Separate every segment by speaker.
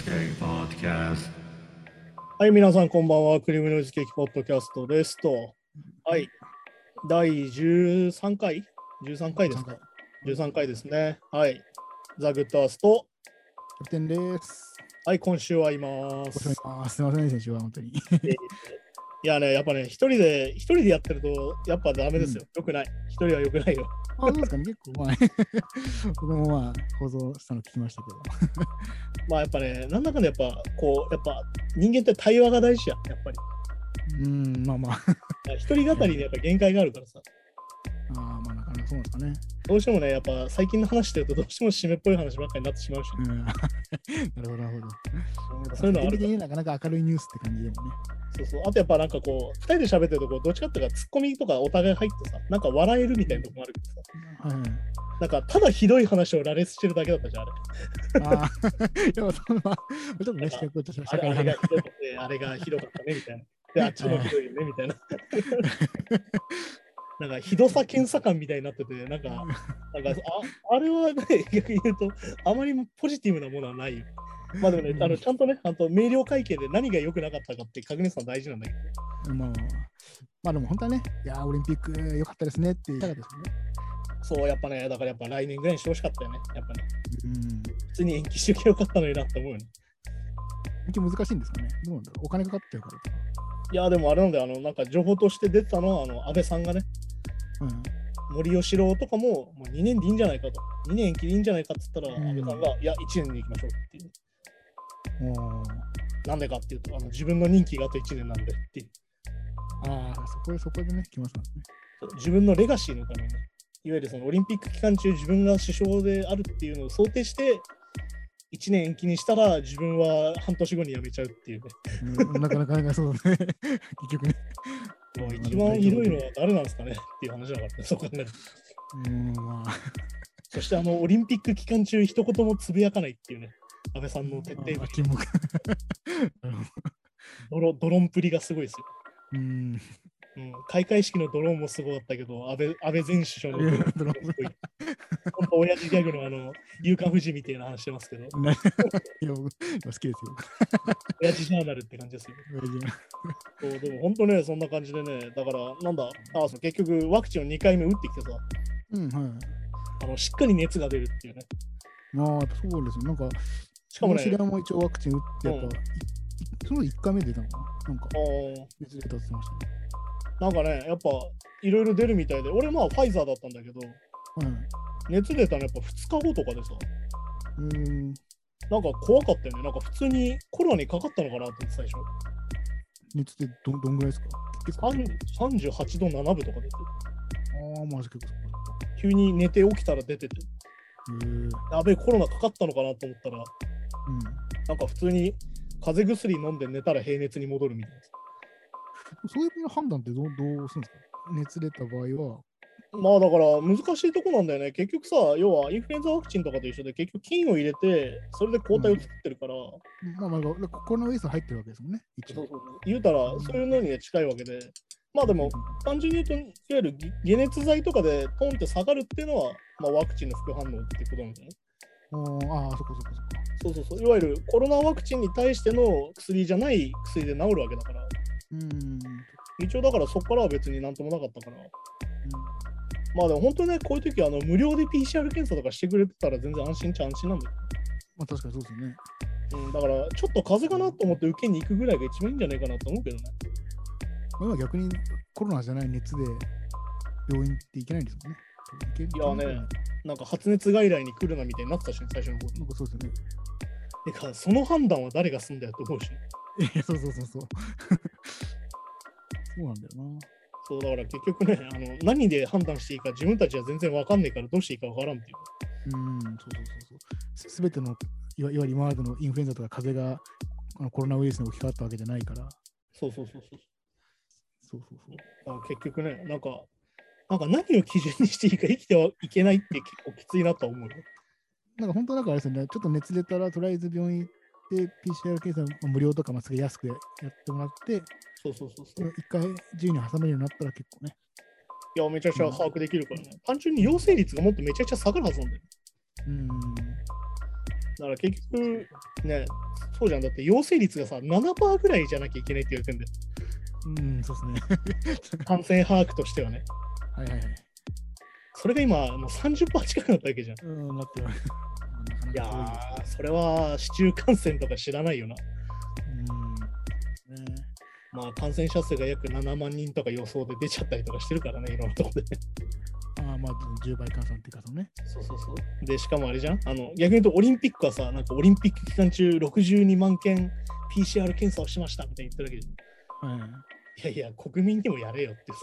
Speaker 1: Podcast。
Speaker 2: はい、皆さんこんばんは。クリームノイズケーキポッドキャストですと。はい、第13回 ?13 回ですか ?13 回ですね。はい。ザ・グッドアースト。
Speaker 3: キャプテンです。
Speaker 2: はい、今週はいま
Speaker 3: ご
Speaker 2: す。
Speaker 3: 視聴すみませんね、先週は本当に。
Speaker 2: いやね、やっぱね、一人でやってると、やっぱダメですよ。よくない。一人はよくないよ。
Speaker 3: あ、そうですかね、結構、僕も放送したの聞きましたけど。
Speaker 2: まあやっぱね、なんだかんだやっぱ人間って対話が大事やん、やっぱり。
Speaker 3: まあ。
Speaker 2: 一人語りにやっぱ限界があるからさ。
Speaker 3: まあ、なかなかそうなんですかね。
Speaker 2: どうしてもね、やっぱ最近の話してるとどうしても締めっぽい話ばっかりになってしまうし。
Speaker 3: なるほど、なるほど。
Speaker 2: そういうのはあるから。
Speaker 3: なかなか明るいニュースって感じでもね。
Speaker 2: そう。あとやっぱなんかこう、二人で喋ってるとどっちかっていうとツッコミとかお互い入ってさ、なんか笑えるみたいなとこもあるけどさ。なんかただひどい話を羅列してるだけだったじゃん、あれ。
Speaker 3: でもちょっとね、社会
Speaker 2: あれがひどくて、あれがひどかったねみたいな。で、あっちもひどいよねみたいな。なんかひどさ検査官みたいになってて、なんかあれはね、逆に言うと、あまりポジティブなものはないよ。まあでもね、ちゃんとね、明瞭会見で何が良くなかったかって確認するの大事なんだけど。
Speaker 3: まあでも本当はね、いや、オリンピック良かったですねって言いたかったですよね。
Speaker 2: そう、やっぱね、だからやっぱ来年ぐらいにしてほしかったよね、やっぱね。普通に延期しときゃよかったのになって思うよね。
Speaker 3: 延期難しいんですかね。どうなんだろう、お金かかってるからとか。
Speaker 2: いや、でもあれなんだよ、なんか情報として出てたのは、安倍さんがね、森喜朗とかもう2年でいいんじゃないかと。2年延期でいいんじゃないかって言ったら、安倍さんが、いや、1年でいきましょうっていう。なんでかっていうと、自分の任期があと1年なんでっていう。
Speaker 3: そこでね、来ますね。
Speaker 2: 自分のレガシーのために、いわゆるそのオリンピック期間中、自分が首相であるっていうのを想定して、1年延期にしたら、自分は半年後に辞めちゃうっていうね。
Speaker 3: なかなかそうね。結局ね。
Speaker 2: もう一番ひどいのは誰なんですかねっていう話だからね、そう考えると。そしてオリンピック期間中、一言もつぶやかないっていうね、安倍さんの徹底ぶり。ドロンプリがすごいですよ。開会式のドローンもすごかったけど、安倍前首相のドローンもすごい。本当、親父ギャグの夕刊富士みたいな話してますけど。いや、
Speaker 3: 好きですよ。
Speaker 2: 親父ジャーナルって感じですよ。そうでも本当ね、そんな感じでね、だから、結局、ワクチンを2回目打ってきてさ、しっかり熱が出るっていうね。
Speaker 3: やっぱそうですよ。なんか、
Speaker 2: しかもね、
Speaker 3: 知り合いも一応ワクチン打って、やっぱ、その1回目出たのかななんか、熱出たって言ってましたね。
Speaker 2: なんかね、やっぱいろいろ出るみたいで、俺ファイザーだったんだけど、熱出たのやっぱ2日後とかでさ、なんか怖かったよね。なんか普通にコロナにかかったのかなって最初。
Speaker 3: 熱ってどんぐらいですか
Speaker 2: ？38度7分とか出て。
Speaker 3: マジか。
Speaker 2: 急に寝て起きたら出てて。やべえ、コロナかかったのかなと思ったら、なんか普通に風邪薬飲んで寝たら平熱に戻るみたいな。
Speaker 3: そういう判断ってどうするんですか？熱出た場合は。
Speaker 2: まあだから難しいとこなんだよね。結局さ、要はインフルエンザワクチンとかと一緒で結局菌を入れて、それで抗体を作ってるから。
Speaker 3: コロナウイルス入ってるわけですもんね。
Speaker 2: そう言うたら、そういうのには近いわけで。まあでも、単純に言うと、いわゆる解熱剤とかでポンって下がるっていうのは、ワクチンの副反応っていうことなんだよね。そう。いわゆるコロナワクチンに対しての薬じゃない薬で治るわけだから。一応だからそこからは別になんともなかったから。まあでも本当ね、こういう時は無料で PCR 検査とかしてくれてたら全然安心っちゃ安心なんだよ。
Speaker 3: 確かにそうですよね。
Speaker 2: だからちょっと風邪かなと思って受けに行くぐらいが一番いいんじゃないかなと思うけどね。
Speaker 3: 今逆にコロナじゃない熱で病院って行けないんですもんね。
Speaker 2: いやね、なんか発熱外来に来るなみたいになってたしね、最初の方に。
Speaker 3: なんかそうですよね。
Speaker 2: てか、その判断は誰がすんだよと思うし。
Speaker 3: そう。そうなんだよな。
Speaker 2: そうだから結局ね、何で判断していいか自分たちは全然わかんないからどうしていいかわからんっていう。
Speaker 3: そう。すべてのいわゆる今までのインフルエンザとか風邪がコロナウイルスに置き換わったわけじゃないから。
Speaker 2: そう。結局ね、なんか何を基準にしていいか生きてはいけないって結構きついなと思うよ。
Speaker 3: なんか本当だからあれですよね、ちょっと熱出たらとりあえず病院行って PCR 検査無料とかすげえ安くやってもらって、
Speaker 2: そう。
Speaker 3: 一回自由に挟めるようになったら結構ね。
Speaker 2: いや、めちゃくちゃ把握できるからね。単純に陽性率がもっとめちゃくちゃ下がるはずなんだよ。 だから結局、ね、そうじゃん。だって陽性率がさ、7% ぐらいじゃなきゃいけないって言われてんだよ。
Speaker 3: そうですね。
Speaker 2: 感染把握としてはね。
Speaker 3: はいはいはい。
Speaker 2: それが今、もう 30% 近くなったわけじゃん。
Speaker 3: なってます。
Speaker 2: いやー、それは市中感染とか知らないよな。まあ、感染者数が約7万人とか予想で出ちゃったりとかしてるからね、いろんなところで。
Speaker 3: まあ、10倍換算っていうかね。
Speaker 2: そう。で、しかもあれじゃん、逆に言うとオリンピックはさ、なんかオリンピック期間中62万件 PCR 検査をしましたみたいに言ってるわけで。いやいや、国民にもやれよって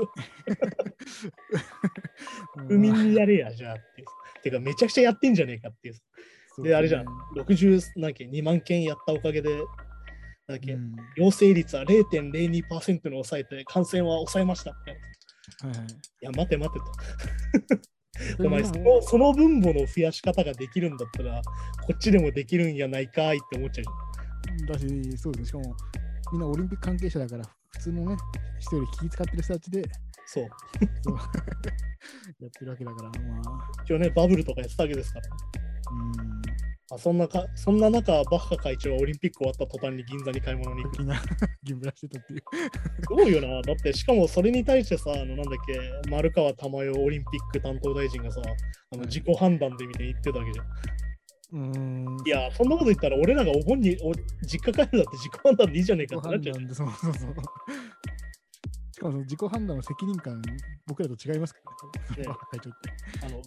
Speaker 2: 国民にやれや、じゃあっていう。てか、めちゃくちゃやってんじゃねえかっていう。で、あれじゃん、62万件やったおかげで、陽性率は 0.02% に抑えて、感染は抑えましたって。いや、待てと。お前その分母の増やし方ができるんだったら、こっちでもできるんやないかいって思っちゃうじゃん。
Speaker 3: だし、そうですね。しかも、みんなオリンピック関係者だから、普通のね、人より気使ってる人たちで、
Speaker 2: そう
Speaker 3: やってるわけだから、
Speaker 2: 一応ね、バブルとかやってたわけですから。そんな中、バッハ会長はオリンピック終わった途端に銀座に買い物に行く。
Speaker 3: 銀ブラしてたっていう。
Speaker 2: すごいよな。だって、しかもそれに対してさ、なんだっけ、丸川珠代オリンピック担当大臣がさ、自己判断でみたいに言ってたわけじゃん。いや、そんなこと言ったら、俺らがお盆に実家帰るだって自己判断でいいじゃねえかってなっちゃう。
Speaker 3: そう。しかもその自己判断の責任感、僕らと違いますからね。会長って。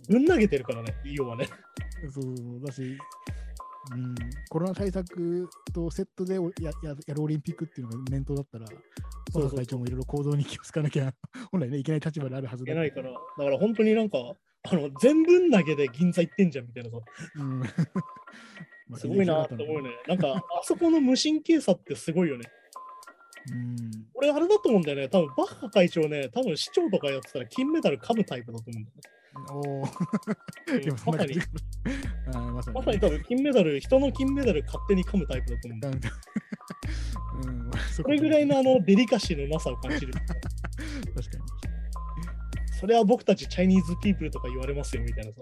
Speaker 2: ぶん投げてるからね、要はね。
Speaker 3: そうだし、コロナ対策とセットでやるオリンピックっていうのが念頭だったら、そう会長もいろいろ行動に気をつかなきゃ、本来ね、いけない立場であるはずだ。
Speaker 2: いけないから、だから本当になんか、全分投げで銀座行ってんじゃんみたいなさ。すごいなって思うよね。なんか、あそこの無神経さってすごいよね。俺、あれだと思うんだよね。多分バッハ会長ね、多分市長とかやってたら金メダル噛むタイプだと思うんだよね。まさに多分金メダル、人の金メダル勝手に噛むタイプだと思うんだよ。それぐらいのデリカシーのなさを感じる。確かに。それは僕たちチャイニーズピープルとか言われますよみたいなさ。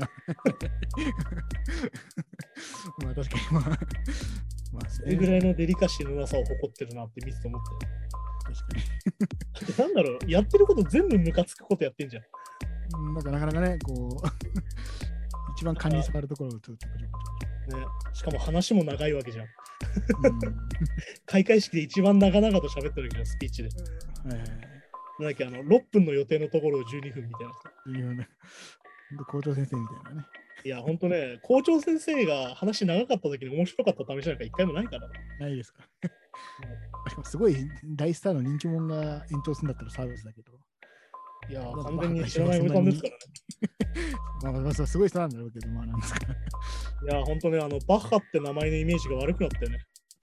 Speaker 3: まあ確かに
Speaker 2: それぐらいのデリカシーのなさを誇ってるなって見てて思って。確かに。なんだろう、やってること全部ムカつくことやってんじゃん。
Speaker 3: なかなかね、こう、一番感じされるところをちょっと
Speaker 2: ね、しかも話も長いわけじゃん。開会式で一番長々と喋ってるわけじゃん、スピーチで。なんだっけ、6分の予定のところを12分みたいな。
Speaker 3: 校長先生みたいなね。
Speaker 2: いや、ほんとね、校長先生が話長かった時に面白かった試しなんか一回もないから。
Speaker 3: ないですか。すごい大スターの人気者が延長するんだったらサービスだけど。
Speaker 2: いや、完全に知らないおじさんですからね。
Speaker 3: すごい人なんだろうけど、なんですか。
Speaker 2: いや、ほんとね、バッハって名前のイメージが悪くなったよね。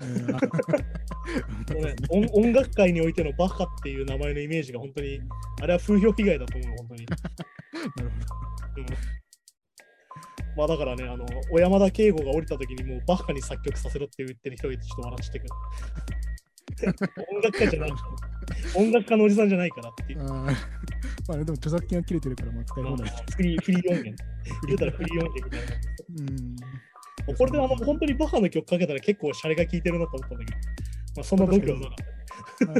Speaker 2: 音楽界においてのバッハっていう名前のイメージが本当に、あれは風評被害だと思う、本当に。なるほど。まあだからね、小山田圭吾が降りた時にもうバッハに作曲させろって言ってる人がいてちょっと笑っちゃったけど。音楽家じゃない。音楽家のおじさんじゃないからっていう。
Speaker 3: まあね、でも著作権が切れてるから、使い放題。
Speaker 2: フリー音源。言うたらフリー音源みたいな。これで本当にバッハの曲かけたら結構シャレが効いてるなと思ったんだけど、そんな度胸はなかった。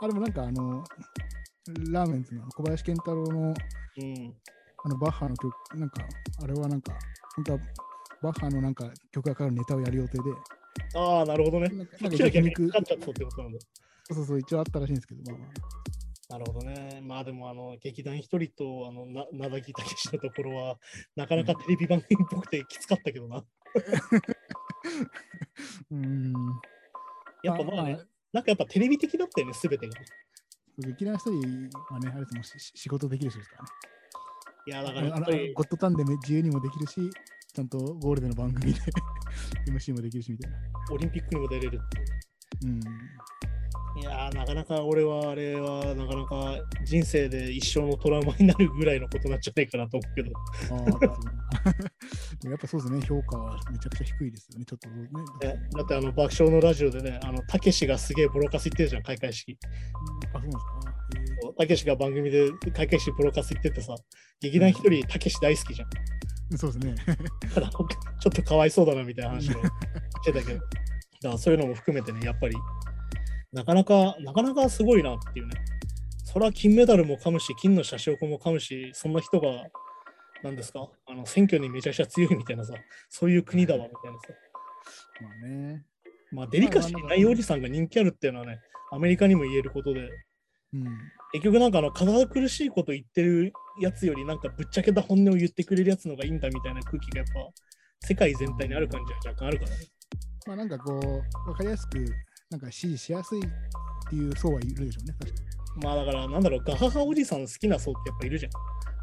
Speaker 3: でもなんかラーメンズの小林賢太郎の、バッハの曲、なんか、あれはなんか、本当はバッハのなんか曲がかかるネタをやる予定で。
Speaker 2: ああ、なるほどね。なんか逆にかかっちゃったってことなんだ。
Speaker 3: そう、一応あったらしいんですけど、
Speaker 2: なるほどね。まあでも劇団一人と名崎武史のところはなかなかテレビ番組っぽくてきつかったけどな。やっぱなんかやっぱテレビ的だったよね、すべてが。
Speaker 3: 劇団一人はね、あれですも仕事できる人ですからね。
Speaker 2: いや、だから
Speaker 3: ゴッドタンで自由にもできるし、ちゃんとゴールデンの番組でMC もできるしみたいな。
Speaker 2: オリンピックにも出れるっていう。いやー、なかなか俺はあれはなかなか人生で一生のトラウマになるぐらいのことなんじゃないかなと思うけど。
Speaker 3: やっぱそうですね、評価はめちゃくちゃ低いですよね、ちょっとね。
Speaker 2: だって爆笑のラジオでね、たけしがすげえボロカス言ってるじゃん、開会式。
Speaker 3: そうなんですか。
Speaker 2: たけしが番組で開会式ボロカス言っててさ、劇団一人たけし大好きじゃん。
Speaker 3: そうですね。
Speaker 2: ただちょっとかわいそうだなみたいな話をしてたけど、だからそういうのも含めてね、やっぱりなかなかすごいなっていうね。それは金メダルも噛むし、金のシャシオコも噛むし、そんな人が、なんですか、選挙にめちゃくちゃ強いみたいなさ、そういう国だわみたいなさ。
Speaker 3: まあね。
Speaker 2: まあ、デリカシーないおじさんが人気あるっていうのはね、アメリカにも言えることで、結局なんか堅苦しいこと言ってるやつより、なんかぶっちゃけた本音を言ってくれるやつのがいいんだみたいな空気がやっぱ、世界全体にある感じは若干あるからね。
Speaker 3: まあなんかこう、わかりやすく、なんか支持しやすいっていう層はいるでしょうね、確かに。
Speaker 2: まあだからなんだろう、ガハハおじさん好きな層ってやっぱいるじゃん。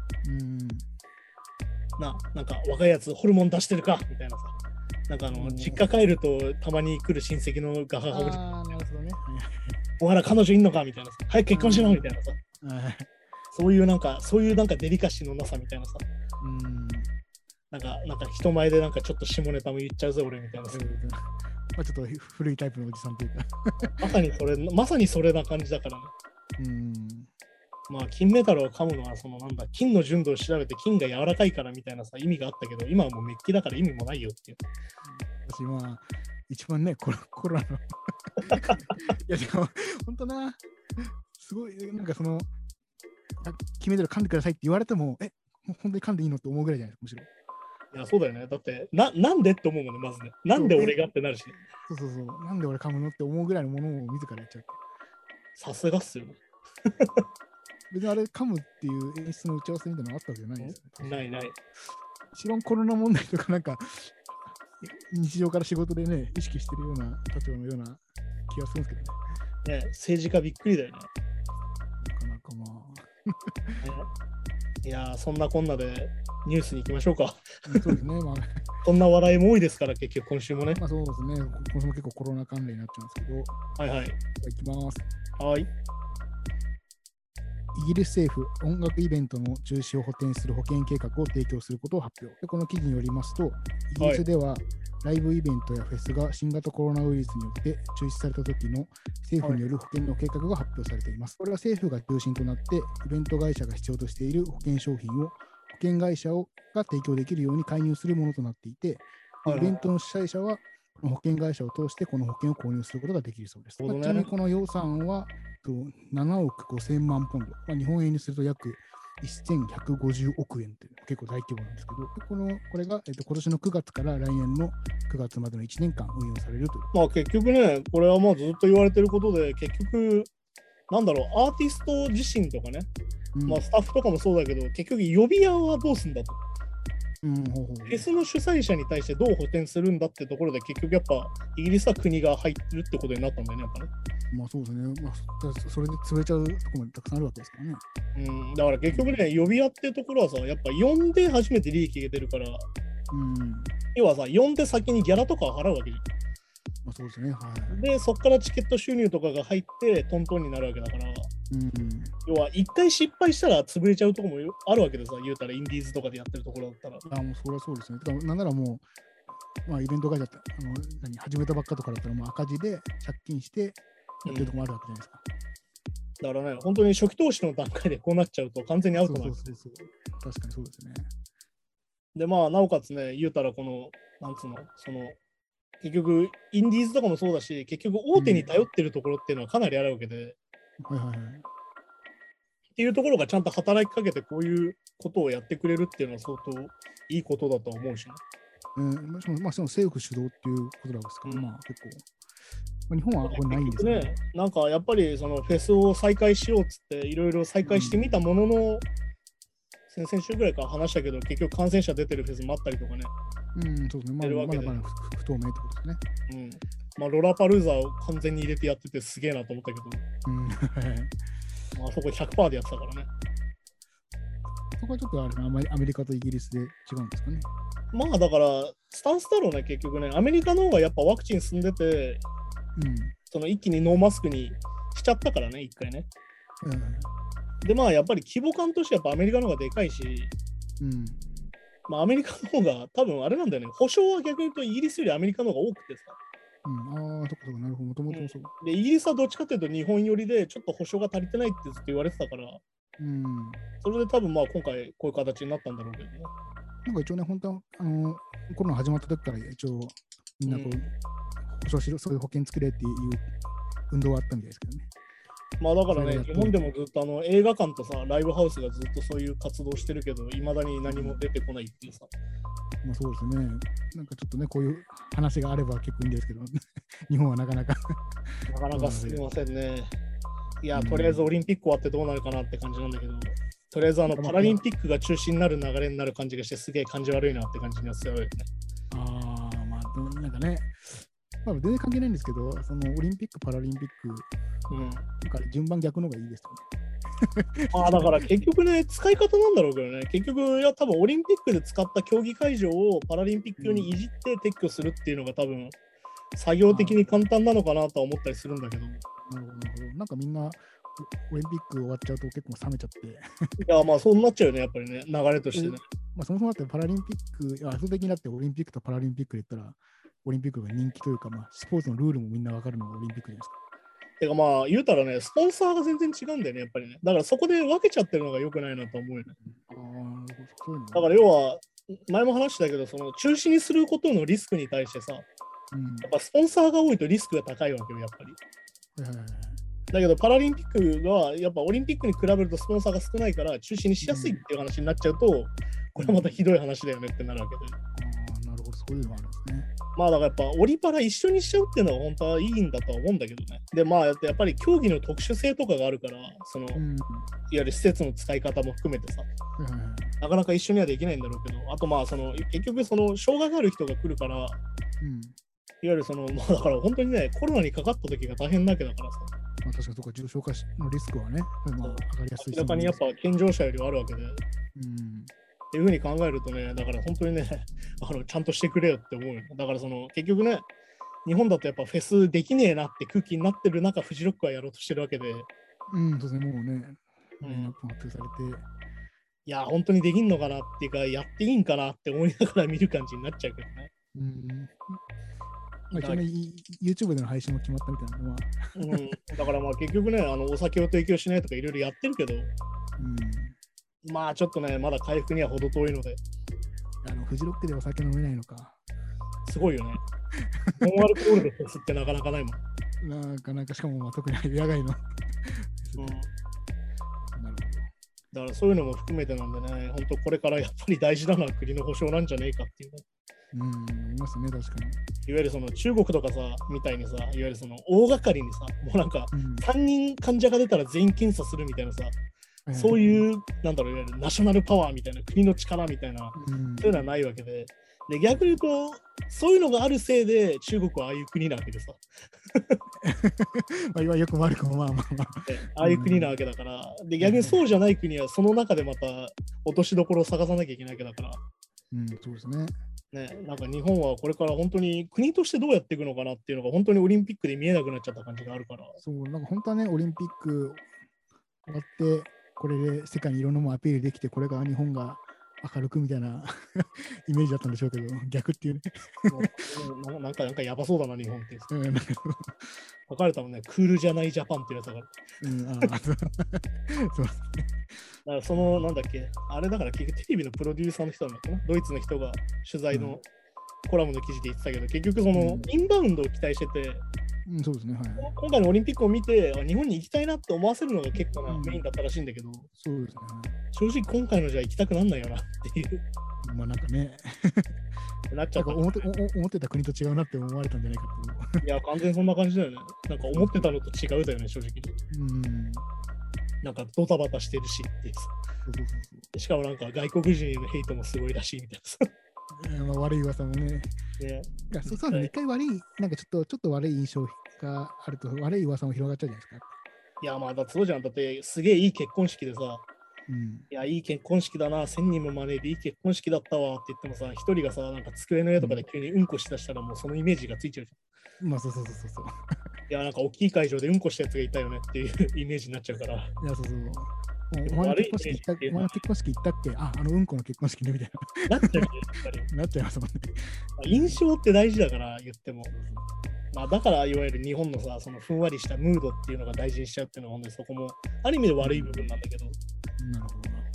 Speaker 2: なんか若いやつホルモン出してるかみたいなさ。なんか実家帰るとたまに来る親戚のガハハおじさん。
Speaker 3: なるほどね。
Speaker 2: お前ら彼女いんのかみたいなさ。早く結婚しろみたいなさ。そういうなんかデリカシーのなさみたいなさ。なんか人前でなんかちょっと下ネタも言っちゃうぜ俺みたいなさ。
Speaker 3: まあちょっと古いタイプのおじさんというか
Speaker 2: まさにそれな感じだからね。まあ金メダルを噛むのは金の純度を調べて金が柔らかいからみたいなさ意味があったけど、今はもうメッキだから意味もないよっていう。
Speaker 3: 私まあ一番ねコロナのいやでも本当な、すごいなんか金メダル噛んでくださいって言われても本当に噛んでいいのって思うぐらいじゃないですか、むしろ。
Speaker 2: いやそうだよね。だってなんでって思うもんね、まずね。なんで俺がってなるしね。
Speaker 3: そうなんで俺噛むのって思うぐらいのものを自らやっちゃう。
Speaker 2: さすがっすよね。
Speaker 3: 別にあれ噛むっていう演出の打ち合わせみたいなのあったわけじゃないですよね。
Speaker 2: ない。
Speaker 3: もちろんコロナ問題とかなんか日常から仕事でね意識してるような立場のような気がするんですけど
Speaker 2: ね。政治家びっくりだよね。
Speaker 3: なかなかまあ
Speaker 2: いやそんなこんなでニュースに行きましょうか。
Speaker 3: そうですね。まあ
Speaker 2: そんな話題も多いですから、結局今週もね。
Speaker 3: まあそうですね。今週も結構コロナ関連になっちゃうんですけど。
Speaker 2: はい。
Speaker 3: いきます。
Speaker 2: はい。
Speaker 3: イギリス政府、音楽イベントの中止を補填する保険計画を提供することを発表。でこの記事によりますと、イギリスでは、ライブイベントやフェスが新型コロナウイルスによって中止された時の政府による保険の計画が発表されています。これは政府が中心となって、イベント会社が必要としている保険商品を保険会社が提供できるように介入するものとなっていて、イベントの主催者は保険会社を通してこの保険を購入することができるそうです。ちなみにこの予算は7億5000万ポンド、日本円にすると約1150億円という結構大規模なんですけど、これが、今年の9月から来年の9月までの1年間運用されるという。
Speaker 2: まあ結局ね、これはもうずっと言われてることで、結局、なんだろう、アーティスト自身とかね、スタッフとかもそうだけど、結局予備案はどうすんだと。フェスの主催者に対してどう補填するんだってところで、結局やっぱイギリスは国が入ってるってことになったんだよね、やっぱね。
Speaker 3: まあそうですね。それで潰れちゃうところもたくさんあるわけですからね。
Speaker 2: だから結局ね、予備屋ってところはさ、やっぱ呼んで初めて利益が出るから、要はさ、呼んで先にギャラとかを払うわけじゃん。
Speaker 3: まあそうですね。はい。
Speaker 2: で、そこからチケット収入とかが入ってトントンになるわけだから、要は一回失敗したら潰れちゃうところもあるわけでさ、言うたらインディーズとかでやってるところだったら。
Speaker 3: もうそれはそうですね。なんならもう、イベント会社って始めたばっかとかだったらもう赤字で借金してやってるところもあるわけじゃないですか。
Speaker 2: だからね、本当に初期投資の段階でこうなっちゃうと完全にアウトなんですよ。
Speaker 3: 確かにそうですね。
Speaker 2: で、なおかつね、言うたら結局、インディーズとかもそうだし、結局大手に頼ってるところっていうのはかなりあるわけで、っていうところがちゃんと働きかけてこういうことをやってくれるっていうのは相当いいことだと思うしね。
Speaker 3: その政府主導っていうことなんですから、結構、日本はこれないんです
Speaker 2: ね。なんかやっぱりそのフェスを再開しようっつっていろいろ再開してみたものの、先々週ぐらいから話したけど、結局感染者出てるフェスもあったりとかね。
Speaker 3: そうですね。まだ不透明ってことですね。
Speaker 2: ロラパルーザを完全に入れてやっててすげえなと思ったけど、そこ100% でやってたからね。
Speaker 3: そこはちょっとアメリカとイギリスで違うんですかね。
Speaker 2: だから、スタンスだろうね、結局ね。アメリカの方がやっぱワクチン進んでて、その一気にノーマスクにしちゃったからね、一回ね。で、やっぱり規模感としてやっぱアメリカの方がでかいし、アメリカの方が多分あれなんだよね、保証は逆に言うとイギリスよりアメリカの方が多くてさ。
Speaker 3: そっか、なるほど、もともとそう。
Speaker 2: で、イギリスはどっちかというと日本寄りでちょっと保証が足りてないってずっと言われてたから、それで多分今回こういう形になったんだろうけどね。
Speaker 3: なんか一応ね、本当はコロナ始まった時から一応みんなこう、保証しろ、そういう保険作れっていう運動はあったみたいですけどね。
Speaker 2: まあだからね、日本でもずっと映画館とさ、ライブハウスがずっとそういう活動してるけど、いまだに何も出てこないっていうさ。
Speaker 3: まあそうですね。なんかちょっとね、こういう話があれば結構いいんですけど、日本はなかなか。
Speaker 2: なかなかすみませんね。いや、とりあえずオリンピック終わってどうなるかなって感じなんだけど、とりあえずパラリンピックが中止になる流れになる感じがして、すげえ感じ悪いなって感じには強いよね。
Speaker 3: ああ、まあ、なんかね、まあ、全然関係ないんですけど、そのオリンピック、パラリンピック、なんか順番逆の方がいいですよね。
Speaker 2: だから結局ね、使い方なんだろうけどね、結局、多分オリンピックで使った競技会場をパラリンピック用にいじって撤去するっていうのが多分、作業的に簡単なのかなとは思ったりするんだけど。
Speaker 3: なるほど、なるほど。なんかみんな、オリンピック終わっちゃうと結構冷めちゃって。
Speaker 2: いや、まあそうなっちゃうよね、やっぱりね、流れとしてね。
Speaker 3: まあ、そもそもだってパラリンピック、圧倒的になってオリンピックとパラリンピックで言ったら、オリンピックが人気というか、まあ、スポーツのルールもみんな分かるのがオリンピックじゃないですか。
Speaker 2: てかまあ言うたらね、スポンサーが全然違うんだよね、やっぱりね。だからそこで分けちゃってるのが良くないなと思うよね。だから要は、前も話したけど、その中止にすることのリスクに対してさ、やっぱスポンサーが多いとリスクが高いわけよ、やっぱり。だけどパラリンピックはやっぱオリンピックに比べるとスポンサーが少ないから中止にしやすいっていう話になっちゃうと、これはまたひどい話だよねってなるわけで。
Speaker 3: なるほど、そういうのがあるんですね。
Speaker 2: まあだからやっぱオリパラ一緒にしちゃうっていうのは本当はいいんだとは思うんだけどね。でまあやっぱり競技の特殊性とかがあるから、そのいわゆる施設の使い方も含めてさ、なかなか一緒にはできないんだろうけど、あとまあその結局その障害がある人が来るから、いわゆるそのまあだから本当にねコロナにかかった時が大変なわけだからさ。
Speaker 3: まあ、確かにそうか、重症化のリスクはね、まあ、上がりやすい
Speaker 2: 明らかにやっぱ健常者よりはあるわけで。っていうふうに考えるとね、だから本当にね、ちゃんとしてくれよって思うよ。だからその結局ね、日本だとやっぱフェスできねえなって空気になってる中、フジロックはやろうとしてるわけで。
Speaker 3: そうですね、もうね、発表されて。
Speaker 2: いや、本当にできんのかなっていうか、やっていいんかなって思いながら見る感じになっちゃうけどね。
Speaker 3: まあ、YouTube での配信も決まったみたいなのは。
Speaker 2: だからまあ結局ね、お酒を提供しないとかいろいろやってるけど、まあちょっとね、まだ回復には程遠いので。
Speaker 3: フジロックでお酒飲めないのか。
Speaker 2: すごいよね。ノンアルコールでフェスってなかなかないもん。
Speaker 3: なかなか、しかもまあ特に野外の。なるほど。
Speaker 2: だからそういうのも含めてなんでね、本当これからやっぱり大事なのは国の保障なんじゃねえかっていうね。
Speaker 3: いますね、確かに。
Speaker 2: いわゆるその中国とかさ、みたいにさ、いわゆるその大掛かりにさ、もうなんか3人患者が出たら全員検査するみたいなさ、そういう、なんだろう、いわゆるナショナルパワーみたいな、国の力みたいな、そういうのはないわけで、で逆に言うと、そういうのがあるせいで中国はああいう国なわけでさ。
Speaker 3: まあよく悪くもまあまあまあ。
Speaker 2: ああいう国なわけだから、で逆にそうじゃない国はその中でまた落としどころを探さなきゃいけないわけだから。
Speaker 3: そうですね。
Speaker 2: なんか日本はこれから本当に国としてどうやっていくのかなっていうのが本当にオリンピックで見えなくなっちゃった感じがあるから。
Speaker 3: そう、なんか本当はね、オリンピック終わって、これで世界にいろんなものアピールできて、これが日本が明るくみたいなイメージだったんでしょうけど、逆っていうね。
Speaker 2: なんかやばそうだな、日本って。書かれたもんね、クールじゃないジャパンっていうやつだから。そうですね。だからその、なんだっけ、あれだから結局テレビのプロデューサーの人なんだっけな、ドイツの人が取材のコラムの記事で言ってたけど、結局そのインバウンドを期待してて、
Speaker 3: そうですね、はい、
Speaker 2: 今回のオリンピックを見て、日本に行きたいなって思わせるのが結構なメインだったらしいんだけど、
Speaker 3: そうですね。
Speaker 2: 正直今回のじゃ行きたくなんないよなっていう。
Speaker 3: まあなんかね、
Speaker 2: なっちゃった。
Speaker 3: 思ってた国と違うなって思われたんじゃないかっていう。
Speaker 2: いや、完全にそんな感じだよね。なんか思ってたのと違うだよね、正直。なんかドタバタしてるしっていうさ。しかもなんか外国人へのヘイトもすごいらしいみたいなさ。
Speaker 3: 悪い噂もね。そうね、一回悪い、なんかちょっと悪い印象があると、悪い噂も広がっちゃうじゃないですか。
Speaker 2: いや、まあ、だってそうじゃん。だって、すげえいい結婚式でさ、いや、いい結婚式だな、1000人も招いていい結婚式だったわって言ってもさ、一人がさ、なんか机の上とかで急にうんこしだしたら、もうそのイメージがついちゃうじ
Speaker 3: ゃん。まあ、そう。
Speaker 2: いや、なんか大きい会場でうんこしたやつがいたよねっていうイメージになっちゃうから。い
Speaker 3: や、そう。お前の結婚式行ったっけ？あのうんこの結婚式ねみたい
Speaker 2: な。なっちゃうよ、
Speaker 3: なっちゃいますもんね。
Speaker 2: 印象って大事だから言っても。まあだからいわゆる日本のさ、そのふんわりしたムードっていうのが大事にしちゃうっていうのは、ほんでそこもある意味で悪い部分なんだけど。
Speaker 3: なるほど。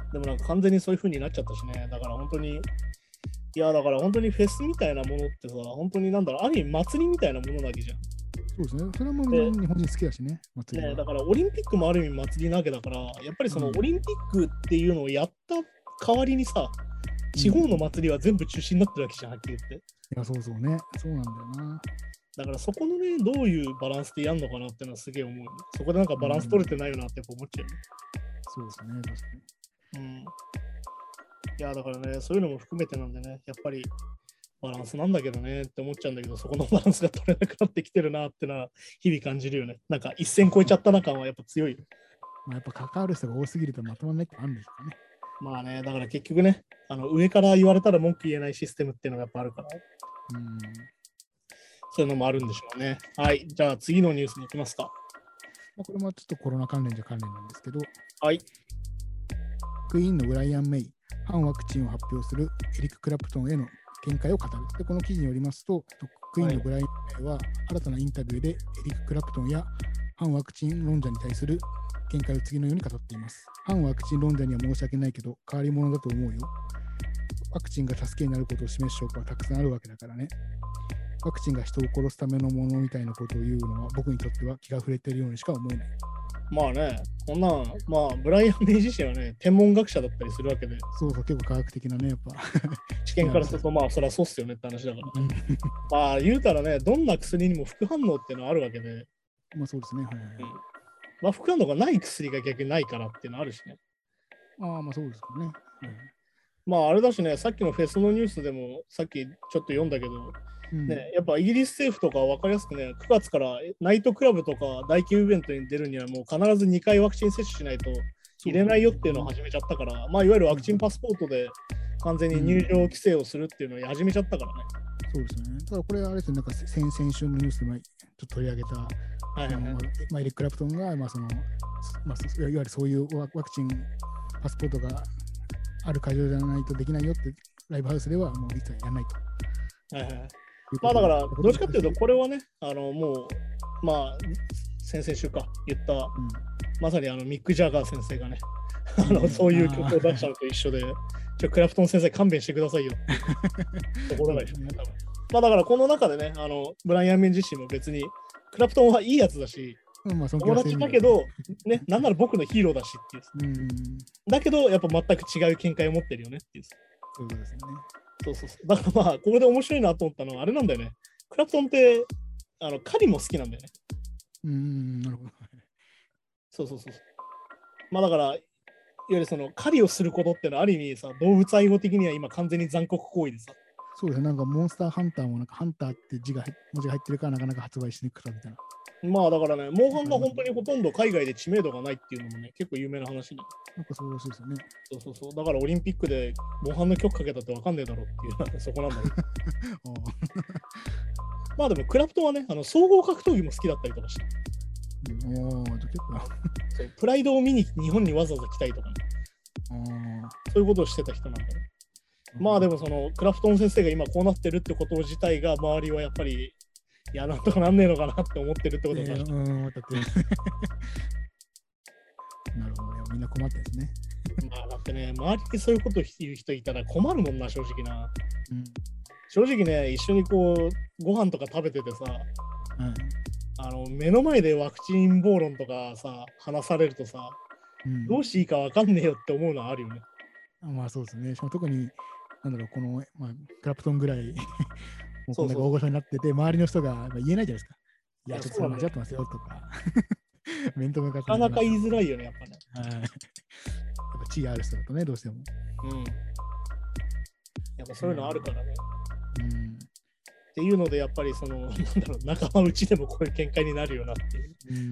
Speaker 2: でもなんか完全にそういう風になっちゃったしね。だから本当に、いやだから本当にフェスみたいなものってさ、本当になんだろう、ある意味祭りみたいなものなわけじゃん。
Speaker 3: そうですね。それはもう日本人好きだしね、祭りは。
Speaker 2: ね、だからオリンピックもある意味祭りなわけだから、やっぱりそのオリンピックっていうのをやった代わりにさ、地方の祭りは全部中止になってるわけじゃん、はっきり言って。い
Speaker 3: や、そうそうね。そうなんだよな。
Speaker 2: だからそこのね、どういうバランスでやるのかなっていうのはすげえ思う。そこでなんかバランス取れてないよなって思っちゃう。
Speaker 3: そうですね、確かに。
Speaker 2: いや、だからね、そういうのも含めてなんでね、やっぱりバランスなんだけどねって思っちゃうんだけど、そこのバランスが取れなくなってきてるなってのは日々感じるよね。なんか一線超えちゃったな感はやっぱ強いよ。
Speaker 3: やっぱ関わる人が多すぎるとまとまらないってあるんですかね。
Speaker 2: まあね、だから結局ね、上から言われたら文句言えないシステムっていうのがやっぱあるから、そういうのもあるんでしょうね。はい、じゃあ次のニュースに行きますか。
Speaker 3: これもちょっとコロナ関連じゃ関連なんですけど、
Speaker 2: はい。
Speaker 3: クイーンのブライアン・メイ、反ワクチンを発表するエリック・クラプトンへの見解を語る。で、この記事によりますと、クイーンのブライアン・メイは新たなインタビューでエリック・クラプトンや反ワクチン論者に対する見解を次のように語っています。反ワクチン論者には申し訳ないけど、変わり者だと思うよ。ワクチンが助けになることを示す証拠はたくさんあるわけだからね。ワクチンが人を殺すためのものみたいなことを言うのは僕にとっては気が触れているようにしか思えない。
Speaker 2: まあね、こんなん、まあ、ブライアン・メイ自身はね、天文学者だったりするわけで。
Speaker 3: そうそう、結構科学的なね、やっぱ。
Speaker 2: 知見からすると、まあ、そりゃそうっすよねって話だから。まあ、言うたらね、どんな薬にも副反応っていうのはあるわけで。
Speaker 3: まあそうですね、はいはい。
Speaker 2: まあ、副反応がない薬が逆にないからっていうのはあるしね。
Speaker 3: まあそうですかね。
Speaker 2: まあ、あれだしね、さっきのフェスのニュースでも、さっきちょっと読んだけど、ね、やっぱイギリス政府とか分かりやすくね、9月からナイトクラブとか大規模イベントに出るにはもう必ず2回ワクチン接種しないと入れないよっていうのを始めちゃったから、まあいわゆるワクチンパスポートで完全に入場規制をするっていうのを始めちゃったからね。
Speaker 3: そうですね。ただこれあれですね、なんか先々週のニュースでちょっと取り上げた、エリック・クラプトンが、いわゆるそういうワクチンパスポートがある会場じゃないとできないよってライブハウスではもう一切やらないと。
Speaker 2: まあだから、どっちかっていうと、これはね、もう、まあ、先々週か言った、まさにミック・ジャガー先生がね、そういう曲を出したのと一緒で、クラプトン先生勘弁してくださいよってところがでしょうね、多分。まあだから、この中でね、ブライアン・メイ自身も別に、クラプトンはいいやつだし、友達だけど、ね、なんなら僕のヒーローだしっていう。だけど、やっぱ全く違う見解を持ってるよねっていう。
Speaker 3: そういうことですね。
Speaker 2: そう。だからまあ、ここで面白いなと思ったのは、あれなんだよね。クラプトンって、狩りも好きなんだよね。
Speaker 3: なるほど。
Speaker 2: そう。まあだから、いわゆるその狩りをすることってのはある意味さ、動物愛護的には今完全に残酷行為でさ。
Speaker 3: そうですね、なんかモンスターハンターもなんかハンターって文字が入ってるからなかなか発売しにくかったみたいな。
Speaker 2: まあだからね、モンハンが本当にほとんど海外で知名度がないっていうのもね、結構有名な話で。
Speaker 3: なんかそうらしいですよね。
Speaker 2: そう。だからオリンピックでモンハンの曲かけたってわかんねえだろうっていうそこなんだけど。まあでもクラプトンはね、総合格闘技も好きだったりとかして。
Speaker 3: 結構
Speaker 2: そうプライドを見に日本にわざわざ来たいとかね。そういうことをしてた人なんだね。まあでもそのクラプトン先生が今こうなってるってこと自体が周りはやっぱりいやなんとかなんねえのかなって思ってるってことだ、
Speaker 3: なるほど、みんな困ってるんですね。
Speaker 2: まあだってね、周りにそういうこと言う人いたら困るもんな、正直な。正直ね、一緒にこうご飯とか食べててさ、目の前でワクチン暴論とかさ話されるとさ、どうしていいか分かんねえよって思うのはあるよね。
Speaker 3: まあそうですね。しかも特にこの、クラプトンぐらいもうこんな大御所になってて、周りの人が言えないじゃないですか。いや、ちょっと間違ってますよとか。面と向かって。
Speaker 2: なかなか言いづらいよね、やっぱね。
Speaker 3: やっぱ地位ある人だとね、どうしても。
Speaker 2: やっぱそういうのあるからね。っていうので、やっぱり仲間内でもこういう見解になるよなっていう。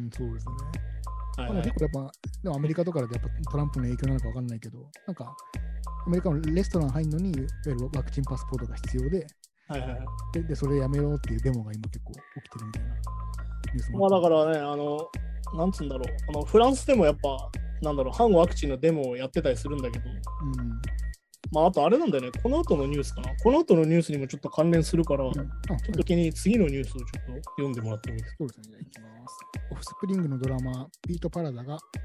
Speaker 3: そうですね。結構やっぱ、でもアメリカとかでやっぱトランプの影響なのか分かんないけど、なんか、アメリカのレストラン入るのに、いわゆるワクチンパスポートが必要で、で、それやめろっていうデモが今結構起きてるみたいなニュースも。
Speaker 2: まあだからね、なんつうんだろう、フランスでもやっぱ、反ワクチンのデモをやってたりするんだけど、まああとあれなんだよね、この後のニュースかな。この後のニュースにもちょっと関連するから、ちょっと次のニュースをちょっと読んでもらってもいいですか。
Speaker 3: そうですね、じゃあいきます。オフスプリングのドラマ、ピート・パラダが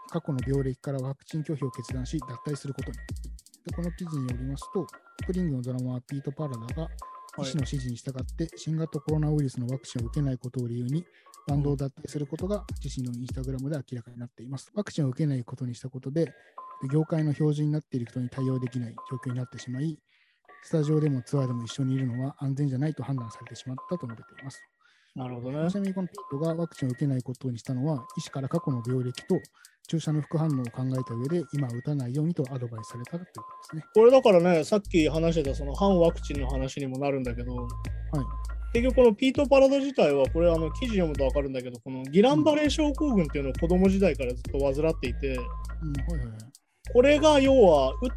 Speaker 3: 過去の病歴からワクチン拒否を決断し脱退することに。でこの記事によりますと、スプリングのドラマーピート・パラダが医師の指示に従って新型コロナウイルスのワクチンを受けないことを理由にバンドを脱退することが自身のインスタグラムで明らかになっています。ワクチンを受けないことにしたことで、業界の標準になっている人に対応できない状況になってしまい、スタジオでもツアーでも一緒にいるのは安全じゃないと判断されてしまったと述べています。
Speaker 2: なるほどね。
Speaker 3: ちなみにこのピートがワクチンを受けないことにしたのは、医師から過去の病歴と注射の副反応を考えた上で、今は打たないようにとアドバイスされたということですね。
Speaker 2: これだからね、さっき話してたその反ワクチンの話にもなるんだけど、はい、結局このピート・パラダ自体は、これ記事読むと分かるんだけど、このギランバレー症候群っていうのを子供時代からずっと患っていて、これが要は打って、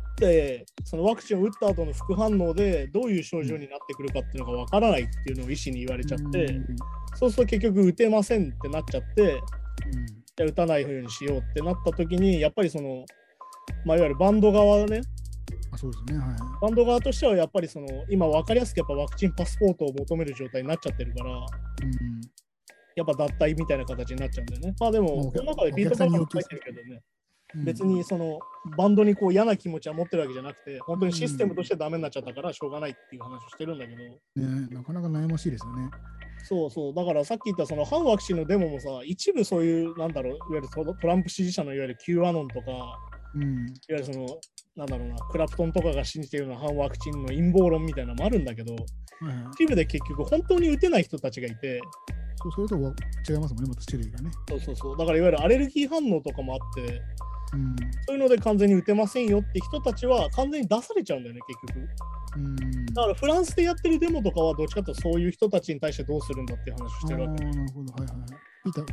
Speaker 2: そのワクチンを打った後の副反応でどういう症状になってくるかっていうのが分からないっていうのを医師に言われちゃって、そうすると結局打てませんってなっちゃって、じゃあ打たないようにしようってなった時に、やっぱりその、いわゆるバンド側ね、
Speaker 3: そうですね、はい、
Speaker 2: バンド側としてはやっぱりその今分かりやすくやっぱワクチンパスポートを求める状態になっちゃってるから、やっぱ脱退みたいな形になっちゃうんだよね。でも、この中でピート・パラダも書いてるけどね、別にそのバンドにこう嫌な気持ちは持ってるわけじゃなくて、本当にシステムとしてダメになっちゃったからしょうがないっていう話をしてるんだけど、
Speaker 3: なかなか悩ましいですよね。
Speaker 2: そうそう、だからさっき言ったその反ワクチンのデモもさ、一部そういう、いわゆるトランプ支持者のいわゆる Q アノンとか、いわゆるその、クラプトンとかが信じているような反ワクチンの陰謀論みたいなのもあるんだけど、一部で結局本当に打てない人たちがいて、
Speaker 3: それとは違いますもんね、また種類がね。
Speaker 2: そう、だからいわゆるアレルギー反応とかもあって、そういうので完全に打てませんよって人たちは完全に出されちゃうんだよね、結局。だからフランスでやってるデモとかはどっちかというとそういう人たちに対してどうするんだっていう話をしてるわけ。
Speaker 3: なるほど、はいはい。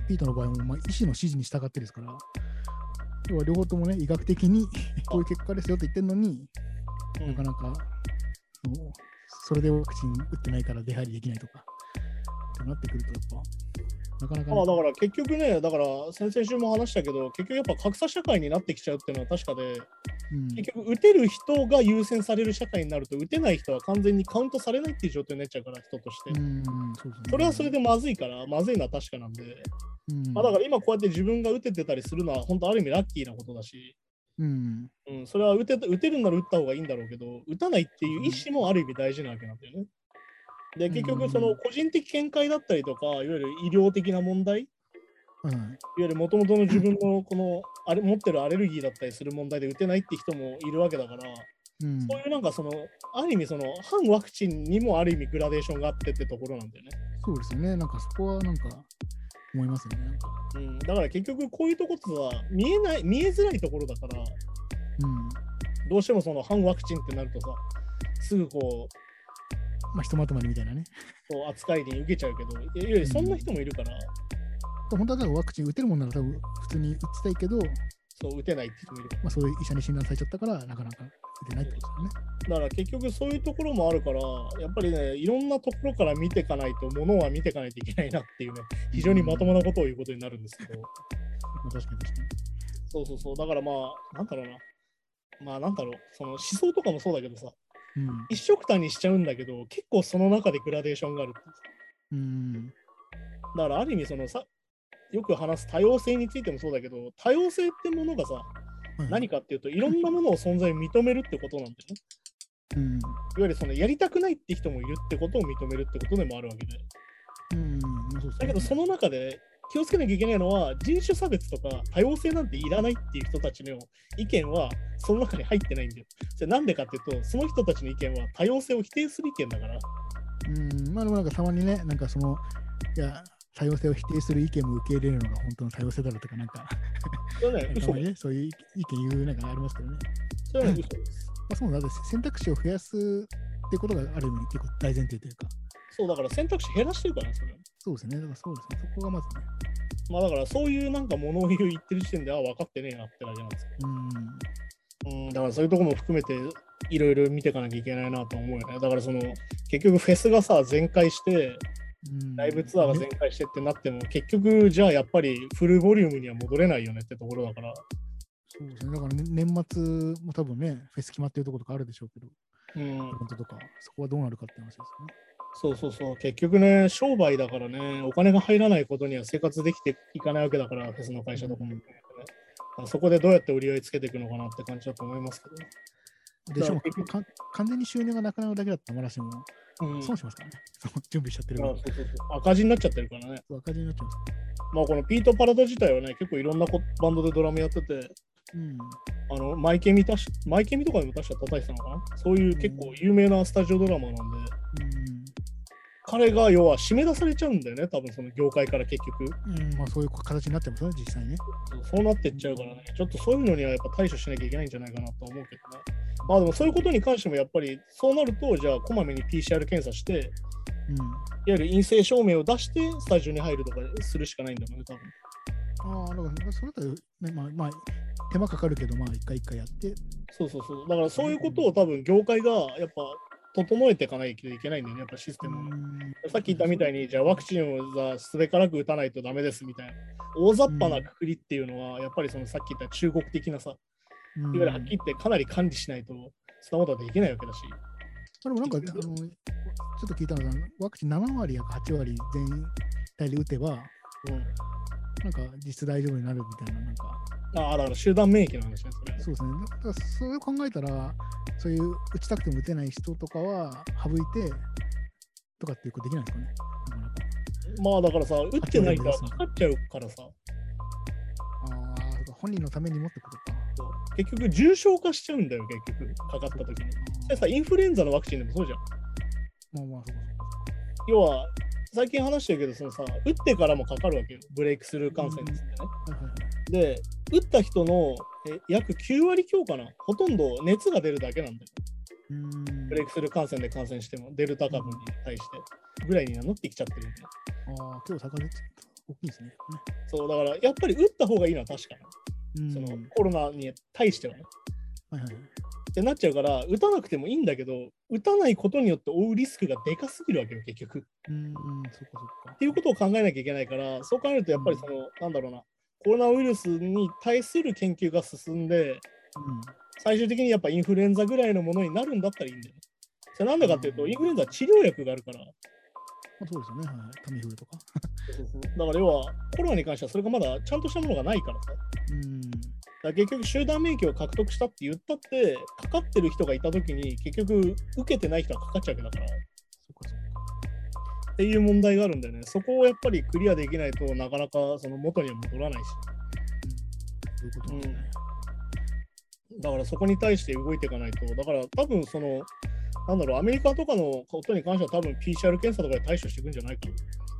Speaker 3: ピータの場合も、医師の指示に従ってですから、要は両方ともね、医学的にこういう結果ですよって言ってるのに、なかなかそれでワクチン打ってないから出入りできないとかってなってくると、やっぱ。なかなか、
Speaker 2: だから結局ね、だから先々週も話したけど、結局やっぱ格差社会になってきちゃうっていうのは確かで、結局打てる人が優先される社会になると、打てない人は完全にカウントされないっていう状態になっちゃうから、人として。それはそれでまずいから、まずいのは確かなんで、だから今こうやって自分が打ててたりするのは、本当ある意味ラッキーなことだし、それは打てるんなら打った方がいいんだろうけど、打たないっていう意思もある意味大事なわけなんだよね。で結局その個人的見解だったりとか、いわゆる医療的な問題、いわゆるもともとの自分のこの持ってるアレルギーだったりする問題で打てないって人もいるわけだから、そういうそのある意味その反ワクチンにもある意味グラデーションがあってってところなんだよね。
Speaker 3: そうですよね、そこは思いますよね。
Speaker 2: だから結局こういうところは見えづらいところだから、どうしてもその反ワクチンってなるとさ、すぐこう
Speaker 3: ひとまとまりみたいなね。
Speaker 2: 扱いに受けちゃうけど、いわゆるそんな人もいるから。
Speaker 3: 本当はワクチン打てるもんなら多分普通に打ちたいけど、
Speaker 2: 打てないって人もいるから。
Speaker 3: そういう医者に診断されちゃったから、なかなか打てないってことですよね。
Speaker 2: だから結局そういうところもあるから、やっぱりね、いろんなところから見ていかないと、ものは見ていかないといけないなっていうね、非常にまともなことを言うことになるんですけど。
Speaker 3: 確かに。
Speaker 2: そう。だからその思想とかもそうだけどさ、一緒くたにしちゃうんだけど、結構その中でグラデーションがあるって。だからある意味そのよく話す多様性についてもそうだけど、多様性ってものがさ、何かっていうと、いろんなものを存在を認めるってことなんだよね。いわゆるそのやりたくないって人もいるってことを認めるってことでもあるわけで。だけどその中で気をつけなきゃいけないのは、人種差別とか多様性なんていらないっていう人たちの意見はその中に入ってないんだよ。それなんでかっていうと、その人たちの意見は多様性を否定する意見だから。
Speaker 3: でもたまにね、多様性を否定する意見も受け入れるのが本当の多様性だろうとか、そういう意見言うありますけどね。
Speaker 2: それは嘘です。
Speaker 3: そうだって選択肢を増やすってことがある意味結構大前提というか。
Speaker 2: そうだから選択肢減らしてるからね、それ。
Speaker 3: そうですね。だからそうですね。そこがまずね。
Speaker 2: だからそういうものを言ってる時点では分かってねえなってだけなんですけど。だからそういうところも含めていろいろ見ていかなきゃいけないなと思うよね。だからその結局フェスがさ全開して、ライブツアーが全開してってなっても、結局じゃあやっぱりフルボリュームには戻れないよねってところだから。
Speaker 3: そうですね。だから年末も多分ね、フェス決まってるところとかあるでしょうけど、本当とか、そこはどうなるかって話ですよね。
Speaker 2: そう。結局ね、商売だからね、お金が入らないことには生活できていかないわけだから、フェスの会社とかも、 そこでどうやって売り上げつけていくのかなって感じだと思いますけどね。
Speaker 3: でしょ完全に収入がなくなるだけだったらまだしも、損しますからね。準備しちゃってるから。
Speaker 2: 赤字になっちゃってるからね。
Speaker 3: 赤字になっちゃいます。
Speaker 2: まあこのピート・パラダ自体はね、結構いろんなバンドでドラムやってて、マイケミとかでも確か叩いてたのかな。そういう結構有名なスタジオドラマなんで、彼が要は締め出されちゃうんだよね、多分その業界から結局。
Speaker 3: まあそういう形になってますね、実際ね。
Speaker 2: そうなってっちゃうからね、ちょっとそういうのにはやっぱ対処しなきゃいけないんじゃないかなと思うけどね。まあでもそういうことに関してもやっぱりそうなると、じゃあこまめに PCR 検査して、いわゆる陰性証明を出してスタジオに入るとかするしかないんだもんね、多分。
Speaker 3: だからそれだったら、ね、まあ手間かかるけど、まあ一回一回やって。
Speaker 2: そう。だからそういうことを多分業界がやっぱ整えていかないといけないんだよね、やっぱシステムを。さっき言ったみたいに、じゃあワクチンをすべからく打たないとダメですみたいな、大雑把なくくりっていうのは、やっぱりそのさっき言った中国的なさ、いわゆるはっきり言ってかなり管理しないと、そんなことはできないわけだし。
Speaker 3: でもなんか、ちょっと聞いたのが、ワクチン7割や8割全体で打てば、なんか実質大丈夫になるみたいな、なんか。
Speaker 2: だから集団免疫の話ね、それ。
Speaker 3: そうですね。だからそれを考えたら、そういう打ちたくても打てない人とかは省いてとかっていうことできないんですかね。
Speaker 2: まあだからさ、打ってないからかかっちゃうからさ。
Speaker 3: 本人のためにもってことか。
Speaker 2: 結局重症化しちゃうんだよ、結局かかった時に。さ、インフルエンザのワクチンでもそうじゃん。
Speaker 3: そう。
Speaker 2: 要は最近話してるけど、そのさ、打ってからもかかるわけよ、ブレイクスルー感染ですね。で、打った人の約9割強かな、ほとんど熱が出るだけなんだよ。ブレイクスルー感染で感染しても、デルタ株に対してぐらいにはなってきちゃってるんで。
Speaker 3: 今日高値大きいですね。
Speaker 2: そう、だからやっぱり打った方がいいのは確かに。そのコロナに対してはね。ってなっちゃうから、打たなくてもいいんだけど、打たないことによって負うリスクがでかすぎるわけよ、結局。っていうことを考えなきゃいけないから、そう考えると、やっぱりその、なんだろうな、コロナウイルスに対する研究が進んで、最終的にやっぱインフルエンザぐらいのものになるんだったらいいんだよ。それなんでかっていうと、インフルエンザは治療薬があるから。
Speaker 3: そうですよね、タミフルとか。
Speaker 2: だから要は、コロナに関してはそれがまだちゃんとしたものがないからさ。だ結局集団免疫を獲得したって言ったってかかってる人がいたときに結局受けてない人はかかっちゃうわけだからっていう問題があるんだよね。そこをやっぱりクリアできないとなかなかその元には戻らないし、だからそこに対して動いていかないと。だから多分そのなんだろう、アメリカとかのことに関しては多分 PCR 検査とかで対処していくんじゃないかな。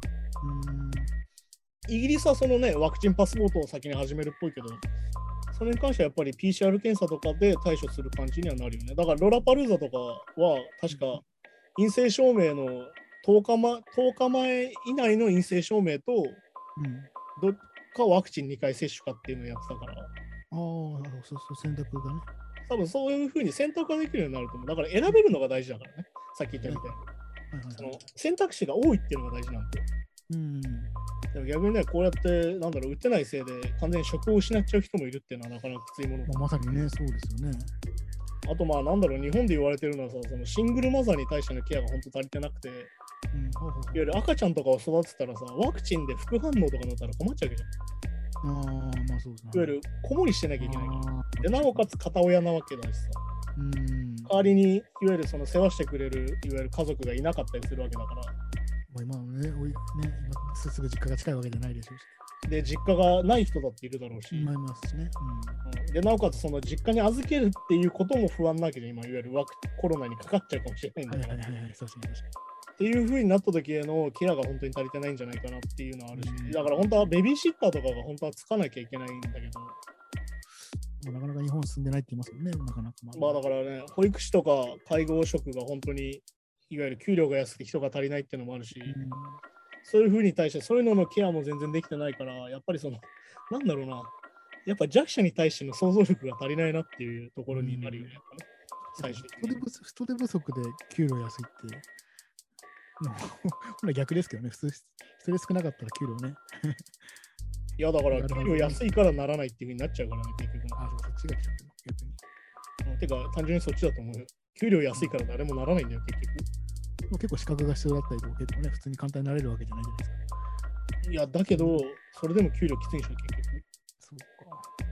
Speaker 2: イギリスはそのねワクチンパスポートを先に始めるっぽいけど、それに関してはやっぱり PCR 検査とかで対処する感じにはなるよね。だからロラパルーザとかは確か陰性証明の10日前以内の陰性証明と、どっかワクチン2回接種かっていうのをやってたから。
Speaker 3: そう選択がね。
Speaker 2: 多分そういうふうに選択ができるようになると思う。だから選べるのが大事だからね。さっき言ったみたいに。その選択肢が多いっていうのが大事なんで。でも逆にね、こうやってなんだろう、打ってないせいで完全に職を失っちゃう人もいるっていうのはなかなかきついもの。
Speaker 3: まさにね、そうですよね。
Speaker 2: あとまあなんだろう、日本で言われてるのはさ、そのシングルマザーに対してのケアが本当足りてなくて、いわゆる赤ちゃんとかを育てたらさ、ワクチンで副反応とかになったら困っちゃうわけじゃん。
Speaker 3: そうですね。
Speaker 2: いわゆる子守りしてなきゃいけないから。で、なおかつ片親なわけだしさ。代わりにいわゆるその世話してくれるいわゆる家族がいなかったりするわけだから。
Speaker 3: 今すぐ実家が近いわけじゃないでしょうし。
Speaker 2: で、実家がない人だっているだろうし。
Speaker 3: いますしね。
Speaker 2: で、なおかつその実家に預けるっていうことも不安なわけで、今いわゆるコロナにかかっちゃうかもしれないんだから。っていう風になった時へのケアが本当に足りてないんじゃないかなっていうのはあるし、だから本当はベビーシッターとかが本当はつかなきゃいけないんだけど、
Speaker 3: なかなか日本進んでないって言いますもんね、なかなか。
Speaker 2: まあだからね、保育士とか介護職が本当にいわゆる給料が安くて人が足りないっていうのもあるし、そういう風に対してそういうののケアも全然できてないから、やっぱりそのなんだろうな、やっぱ弱者に対しての想像力が足りないなっていうところになるよね、やっぱね。最終的に
Speaker 3: 人手不足で給料安いって。ほら逆ですけどね、普通人手少なかったら給料ね。
Speaker 2: いやだから給料安いからならないっていう風になっちゃうからね、結局。
Speaker 3: そっちが来ちゃってる、逆に。
Speaker 2: てか単純にそっちだと思うよ。給料安いから誰もならないんだよ、結局。
Speaker 3: 結構資格が必要だったりとか、結構ね、普通に簡単になれるわけじゃないじゃないですか。
Speaker 2: いや、だけど、それでも給料きついんでしょ、結局。
Speaker 3: そうか。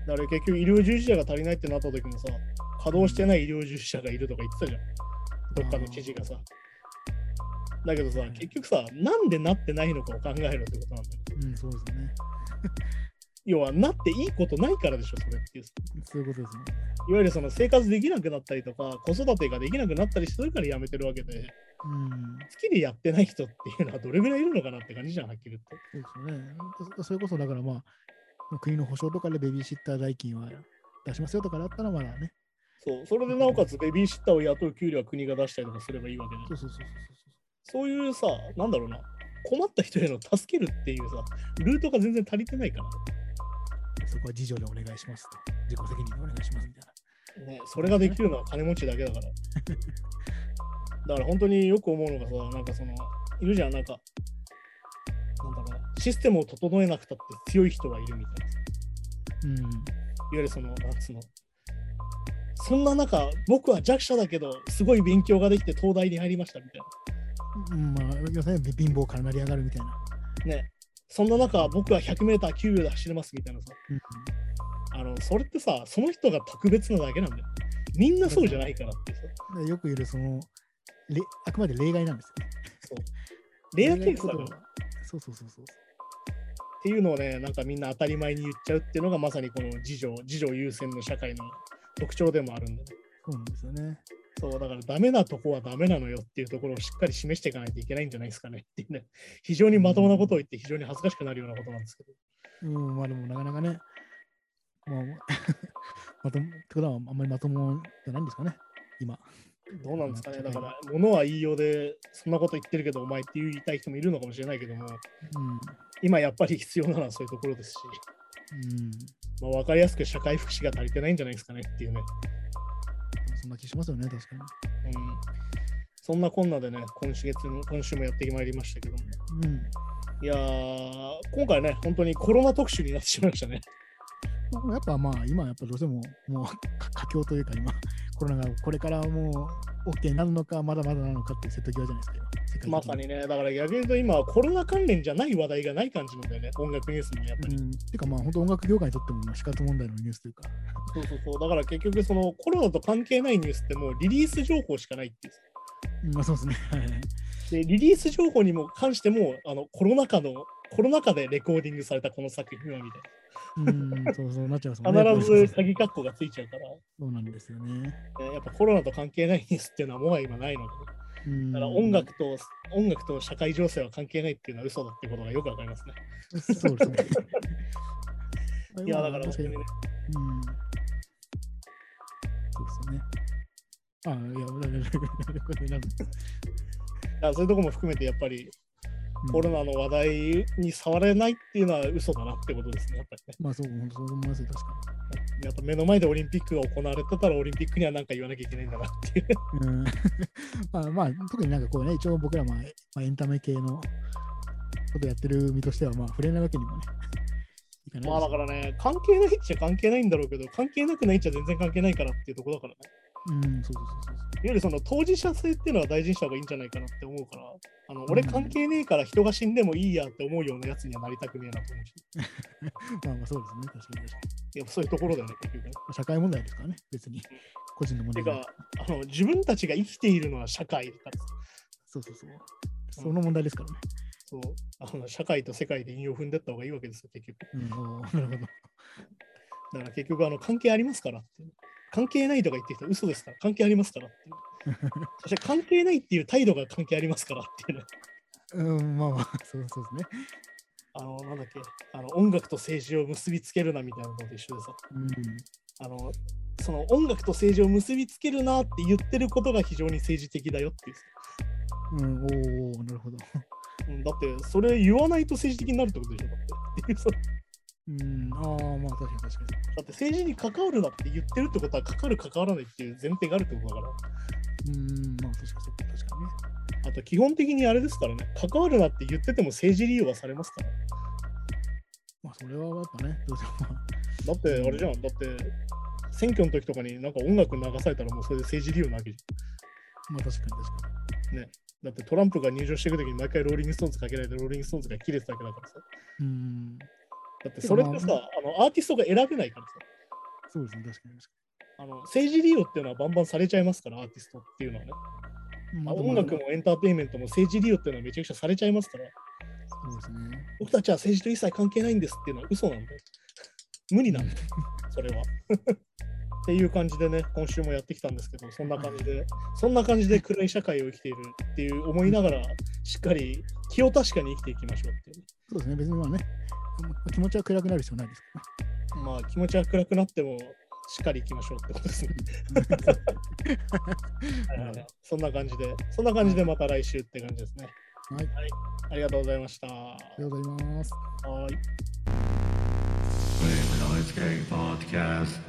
Speaker 2: だから結局医療従事者が足りないってなった時もさ、稼働してない医療従事者がいるとか言ってたじゃん。どっかの知事がさ。だけどさ、結局さ、なんでなってないのかを考えるってことなんだよ。
Speaker 3: うん、そうですね。
Speaker 2: 要は、なっていいことないからでしょ、それっていう。
Speaker 3: そういうことですね。
Speaker 2: いわゆるその生活できなくなったりとか、子育てができなくなったりするからやめてるわけで、
Speaker 3: うん、
Speaker 2: 好きでやってない人っていうのはどれぐらいいるのかなって感じじゃん、はっきり言って。
Speaker 3: そうですよね。それこそだからまあ、国の保障とかでベビーシッター代金は出しますよとかだったらまだね。
Speaker 2: そう、それでなおかつベビーシッターを雇う給料は国が出したりとかすればいいわけで。そういうさ、なんだろうな、困った人への助けるっていうさ、ルートが全然足りてないから。
Speaker 3: そこは自助でお願いしますと。自己責任でお願いしますみたい
Speaker 2: な。ね、それができるのは金持ちだけだから。だから本当によく思うのがさ、なんかその、いるじゃん、なんか、なんだろうな、システムを整えなくたって強い人がいるみたいな。いわゆるその、なんつうの、そんな中、僕は弱者だけど、すごい勉強ができて東大に入りましたみたい
Speaker 3: な。まあ、要するに貧乏から成り上がるみたいな。
Speaker 2: ね。そんな中、僕は 100m9 秒で走れますみたいなさ。それってさ、その人が特別なだけなんだよ。みんなそうじゃないからってさ。
Speaker 3: よく言うその、あくまで例外なんですよね。
Speaker 2: そう。レアケースだから。
Speaker 3: そう。
Speaker 2: っていうのをね、なんかみんな当たり前に言っちゃうっていうのがまさにこの自助優先の社会の特徴でもあるんだね。
Speaker 3: そうなんですよね。
Speaker 2: そう、だからダメなとこはダメなのよっていうところをしっかり示していかないといけないんじゃないですかねっていうね。非常にまともなことを言って非常に恥ずかしくなるようなことなんですけど。
Speaker 3: まあでもなかなかね、まあ、ってことはあんまりまともじゃないんですかね、今。
Speaker 2: どうなんですかね。だから、物は言いようで、そんなこと言ってるけど、お前って言いたい人もいるのかもしれないけども、今やっぱり必要なのはそういうところですし、まあ、分かりやすく社会福祉が足りてないんじゃないですかねっていうね。
Speaker 3: そんな気しますよね、確かに。
Speaker 2: そんなこんなでね、今週もやってまいりましたけども。いやー、今回ね、本当にコロナ特集になってしまいましたね。
Speaker 3: やっぱまあ、今やっぱどうしても、もう佳境というか、今、コロナがこれからもう OK になるのか、まだまだなのかっていう瀬戸際じゃないですか、
Speaker 2: まさにね、だから逆に言うと今、コロナ関連じゃない話題がない感じなんだよね、音楽ニュースもやっぱり。
Speaker 3: てかまあ、本当音楽業界にとっても死活問題のニュースというか。
Speaker 2: そう、だから結局、そのコロナと関係ないニュースってもうリリース情報しかないっていう。
Speaker 3: まあそうですね。
Speaker 2: で、リリース情報にも関しても、コロナ禍でレコーディングされたこの作品はみたいな。
Speaker 3: そうなっちゃいますもんね。
Speaker 2: 必ず鍵括弧がついちゃうから。
Speaker 3: そうなんですよね。
Speaker 2: やっぱコロナと関係ないニュースっていうのはもは今ないので、だから音楽と社会情勢は関係ないっていうのは嘘だってことがよくわかりますね。
Speaker 3: そうですね。
Speaker 2: いや、だから本当にね。
Speaker 3: そうですね。
Speaker 2: そういうところも含めてやっぱりコロナの話題に触れないっていうのは嘘だなってことですね、やっぱりね。
Speaker 3: まあそう思いますよ、確か
Speaker 2: に。やっぱ目の前でオリンピックが行われてたらオリンピックには何か言わなきゃいけないんだなっていう。
Speaker 3: まあ特になんかこうね、一応僕らもエンタメ系のことやってる身としては、まあ触れないわけにもね。
Speaker 2: まあだからね、関係ないっちゃ関係ないんだろうけど、関係なくないっちゃ全然関係ないからっていうところだからね。
Speaker 3: そう。
Speaker 2: いわゆるその当事者性っていうのは大事にした方がいいんじゃないかなって思うから、俺関係ねえから人が死んでもいいやって思うようなやつにはなりたくねえなと思うし。
Speaker 3: まあそうですね、確かに。
Speaker 2: やっぱそういうところだよね、結局ね。
Speaker 3: 社会問題ですからね、別に。個人の問題。
Speaker 2: てか、自分たちが生きているのは社会だから。
Speaker 3: そう。その問題ですからね。
Speaker 2: そう、社会と世界で韻を踏んでった方がいいわけですよ、結局。
Speaker 3: なるほど。
Speaker 2: だから結局、関係ありますからって。関係ないとか言ってきたら嘘ですから、関係ありますからっていう。そして関係ないっていう態度が関係ありますからっていうね。
Speaker 3: まあ、そうですね。
Speaker 2: なんだっけ、音楽と政治を結びつけるなみたいなのと一緒でさ。その音楽と政治を結びつけるなって言ってることが非常に政治的だよっていう。
Speaker 3: なるほど。
Speaker 2: だってそれ言わないと政治的になるってことでしょだって。
Speaker 3: まあ確かに。だ
Speaker 2: って政治に関わるなって言ってるってことは関わる関わらないっていう前提があるってことだから。
Speaker 3: まあ確かにね。
Speaker 2: あと基本的にあれですからね、関わるなって言ってても政治利用はされますから。
Speaker 3: まあそれはやっぱね、どうせ
Speaker 2: だってあれじゃん、だって選挙の時とかになんか音楽流されたらもうそれで政治利用なわけじ
Speaker 3: ゃん。まあ確か
Speaker 2: に。ね。だってトランプが入場していく時に毎回ローリングストーンズかけられてローリングストーンズが切れてたわけだからさ。だってそれってさ、アーティストが選べないからさ。
Speaker 3: そうですね、確かに。
Speaker 2: 政治利用っていうのはバンバンされちゃいますから、アーティストっていうのはね。音楽もエンターテインメントも政治利用っていうのはめちゃくちゃされちゃいますから。
Speaker 3: そうですね。
Speaker 2: 僕たちは政治と一切関係ないんですっていうのは嘘なんで。無理なんで、それは。っていう感じでね、今週もやってきたんですけど、そんな感じで暗い社会を生きているっていう思いながら、しっかり気を確かに生きていきましょうっていう。
Speaker 3: そうですね、別にまあね、気持ちは暗くなる必要ないですか
Speaker 2: ら。まあ気持ちは暗くなっても、しっかりいきましょうってことですね。そんな感じでまた来週って感じですね。
Speaker 3: はい。はい、
Speaker 2: ありがとうございました。
Speaker 3: ありがとうございます。
Speaker 2: はい。